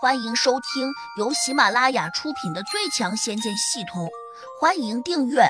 欢迎收听由喜马拉雅出品的《最强仙剑系统》，欢迎订阅。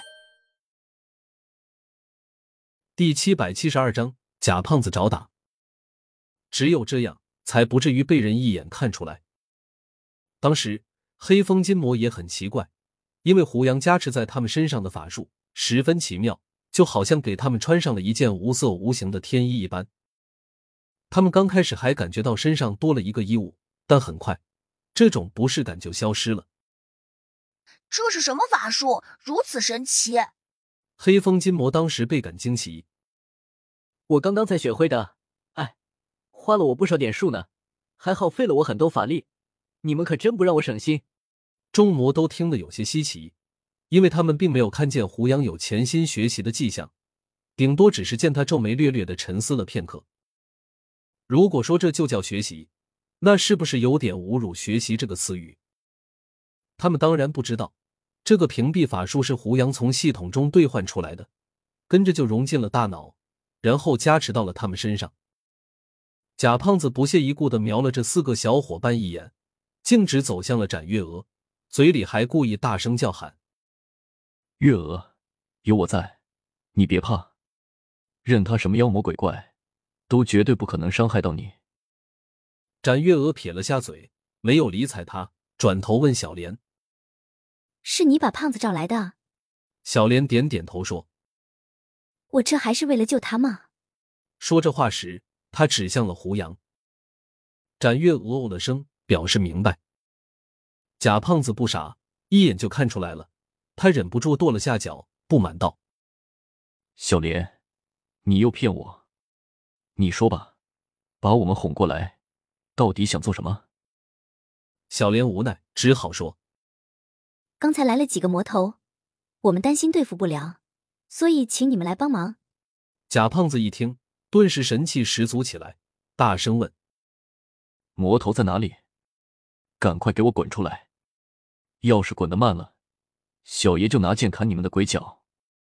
第772章，假胖子找打。只有这样，才不至于被人一眼看出来。当时，黑风金魔也很奇怪，因为胡杨加持在他们身上的法术十分奇妙，就好像给他们穿上了一件无色无形的天衣一般。他们刚开始还感觉到身上多了一个衣物，但很快，这种不适感就消失了。 这是什么法术，如此神奇？ 黑风金魔当时倍感惊奇。 我刚刚才学会的，花了我不少点数呢，还耗费了我很多法力，你们可真不让我省心。 众魔都听得有些稀奇，因为他们并没有看见胡杨有潜心学习的迹象，顶多只是见他皱眉略略地沉思了片刻。如果说这就叫学习，那是不是有点侮辱学习这个词语？他们当然不知道，这个屏蔽法术是胡杨从系统中兑换出来的，跟着就融进了大脑，然后加持到了他们身上。假胖子不屑一顾地瞄了这4个小伙伴一眼，径直走向了展月娥，嘴里还故意大声叫喊： 月娥，有我在，你别怕，任他什么妖魔鬼怪，都绝对不可能伤害到你。 展月娥撇了下嘴，没有理睬他，转头问小莲： 是你把胖子找来的？ 小莲点点头说： 我这还是为了救他吗？ 说这话时，他指向了胡杨。展月娥哦了声，表示明白。假胖子不傻，一眼就看出来了，他忍不住跺了下脚，不满道： 小莲，你又骗我，你说吧，把我们哄过来，到底想做什么？ 小莲无奈，只好说： 刚才来了几个魔头，我们担心对付不了，所以请你们来帮忙。 假胖子一听，顿时神气十足起来，大声问： 魔头在哪里？赶快给我滚出来！要是滚得慢了，小爷就拿剑砍你们的鬼脚。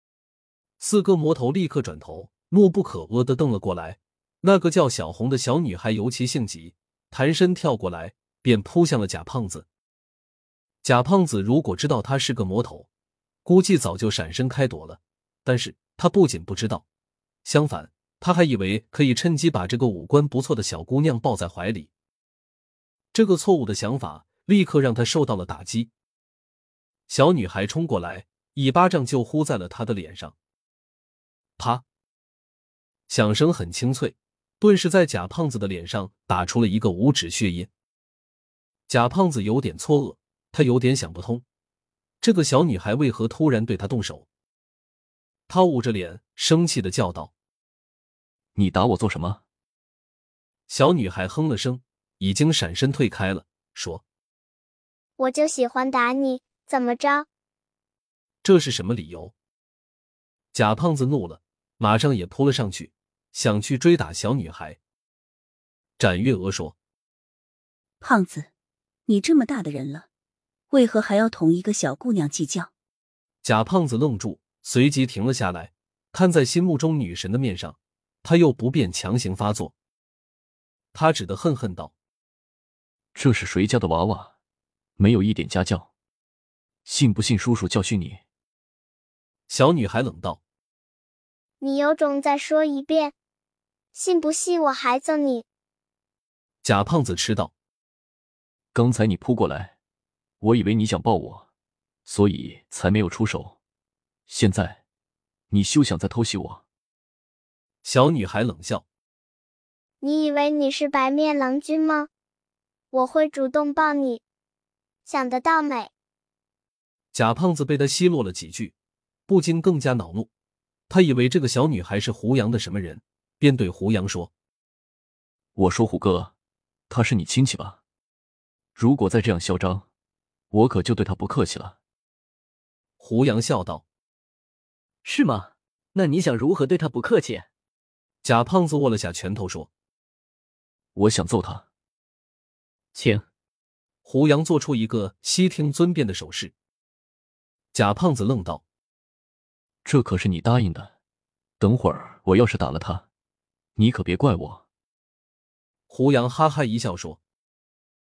4个魔头立刻转头，怒不可遏地瞪了过来。那个叫小红的小女孩尤其性急，弹身跳过来，便扑向了假胖子。假胖子如果知道他是个魔头，估计早就闪身开躲了，但是他不仅不知道，相反，他还以为可以趁机把这个五官不错的小姑娘抱在怀里。这个错误的想法立刻让他受到了打击。小女孩冲过来，一巴掌就呼在了他的脸上。啪！响声很清脆，顿时在假胖子的脸上打出了一个五指血印。假胖子有点错愕，他有点想不通，这个小女孩为何突然对他动手。他捂着脸，生气地叫道： 你打我做什么？ 小女孩哼了声，已经闪身退开了，说： 我就喜欢打你，怎么着？ 这是什么理由？假胖子怒了，马上也扑了上去，想去追打小女孩。展月娥说： 胖子，你这么大的人了，为何还要同一个小姑娘计较？ 假胖子愣住，随即停了下来，看在心目中女神的面上，他又不便强行发作。他只得恨恨道： 这是谁家的娃娃，没有一点家教，信不信叔叔教训你？ 小女孩冷道： 你有种再说一遍，信不信我还揍你？ 假胖子吃道： 刚才你扑过来，我以为你想抱我，所以才没有出手，现在你休想再偷袭我。 小女孩冷笑： 你以为你是白面郎君吗？我会主动抱你，想得到美。 假胖子被他奚落了几句，不禁更加恼怒。他以为这个小女孩是胡杨的什么人，便对胡杨说： 我说胡哥，他是你亲戚吧？如果再这样嚣张，我可就对他不客气了。 胡杨笑道： 是吗？那你想如何对他不客气？ 假胖子握了下拳头说： 我想揍他。 请。 胡杨做出一个悉听尊便的手势。假胖子愣道： 这可是你答应的，等会儿我要是打了他，你可别怪我。 胡杨哈哈一笑说：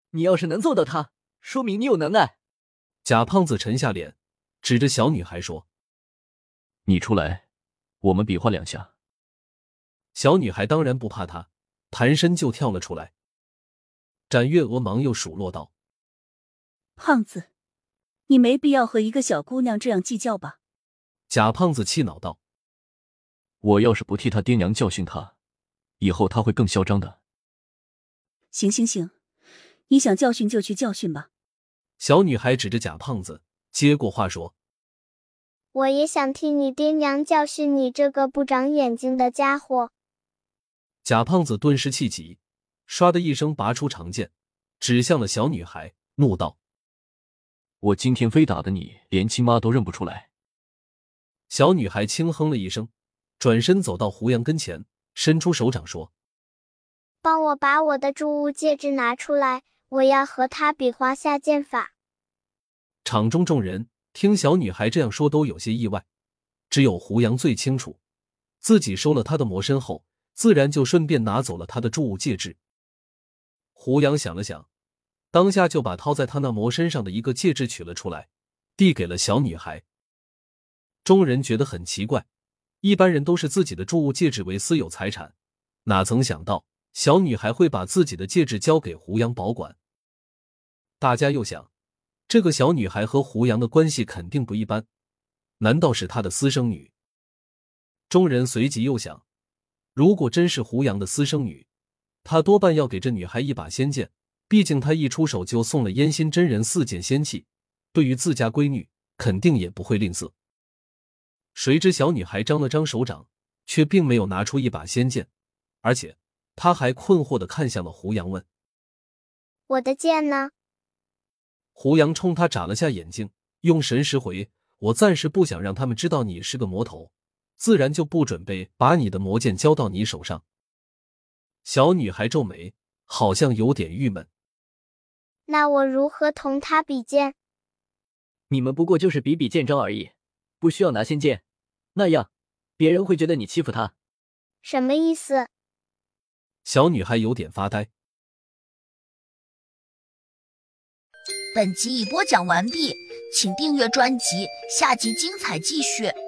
你要是能揍到他，说明你有能耐。 贾胖子沉下脸，指着小女孩说：“ 你出来，我们比划两下。” 小女孩当然不怕他，弹身就跳了出来。展月娥忙又数落道：“ 胖子，你没必要和一个小姑娘这样计较吧？” 贾胖子气恼道：“ 我要是不替他爹娘教训他，以后他会更嚣张的。” 行行行，你想教训就去教训吧。 小女孩指着贾胖子，接过话说：“ 我也想替你爹娘教训你这个不长眼睛的家伙。” 贾胖子顿时气急，唰的一声拔出长剑，指向了小女孩，怒道：“ 我今天非打得你连亲妈都认不出来！” 小女孩轻哼了一声，转身走到胡杨跟前，伸出手掌说：“ 帮我把我的铸物戒指拿出来，我要和他比划下剑法。” 场中众人听小女孩这样说都有些意外，只有胡杨最清楚，自己收了她的魔身后，自然就顺便拿走了她的铸物戒指。胡杨想了想，当下就把套在他那魔身上的一个戒指取了出来，递给了小女孩。众人觉得很奇怪，一般人都是自己的铸物戒指为私有财产，哪曾想到小女孩会把自己的戒指交给胡杨保管。大家又想，这个小女孩和胡杨的关系肯定不一般，难道是他的私生女？众人随即又想，如果真是胡杨的私生女，他多半要给这女孩一把仙剑，毕竟他一出手就送了烟心真人4件仙器，对于自家闺女肯定也不会吝啬。谁知小女孩张了张手掌，却并没有拿出一把仙剑，而且她还困惑地看向了胡杨，问：“ 我的剑呢？” 胡杨冲他眨了下眼睛，用神识回：“我暂时不想让他们知道你是个魔头，自然就不准备把你的魔剑交到你手上。”小女孩皱眉，好像有点郁闷。 “那我如何同他比剑？”“ 你们不过就是比比剑招而已，不需要拿仙剑，那样别人会觉得你欺负他。”“ 什么意思？” 小女孩有点发呆。 本集已播讲完毕，请订阅专辑，下集精彩继续。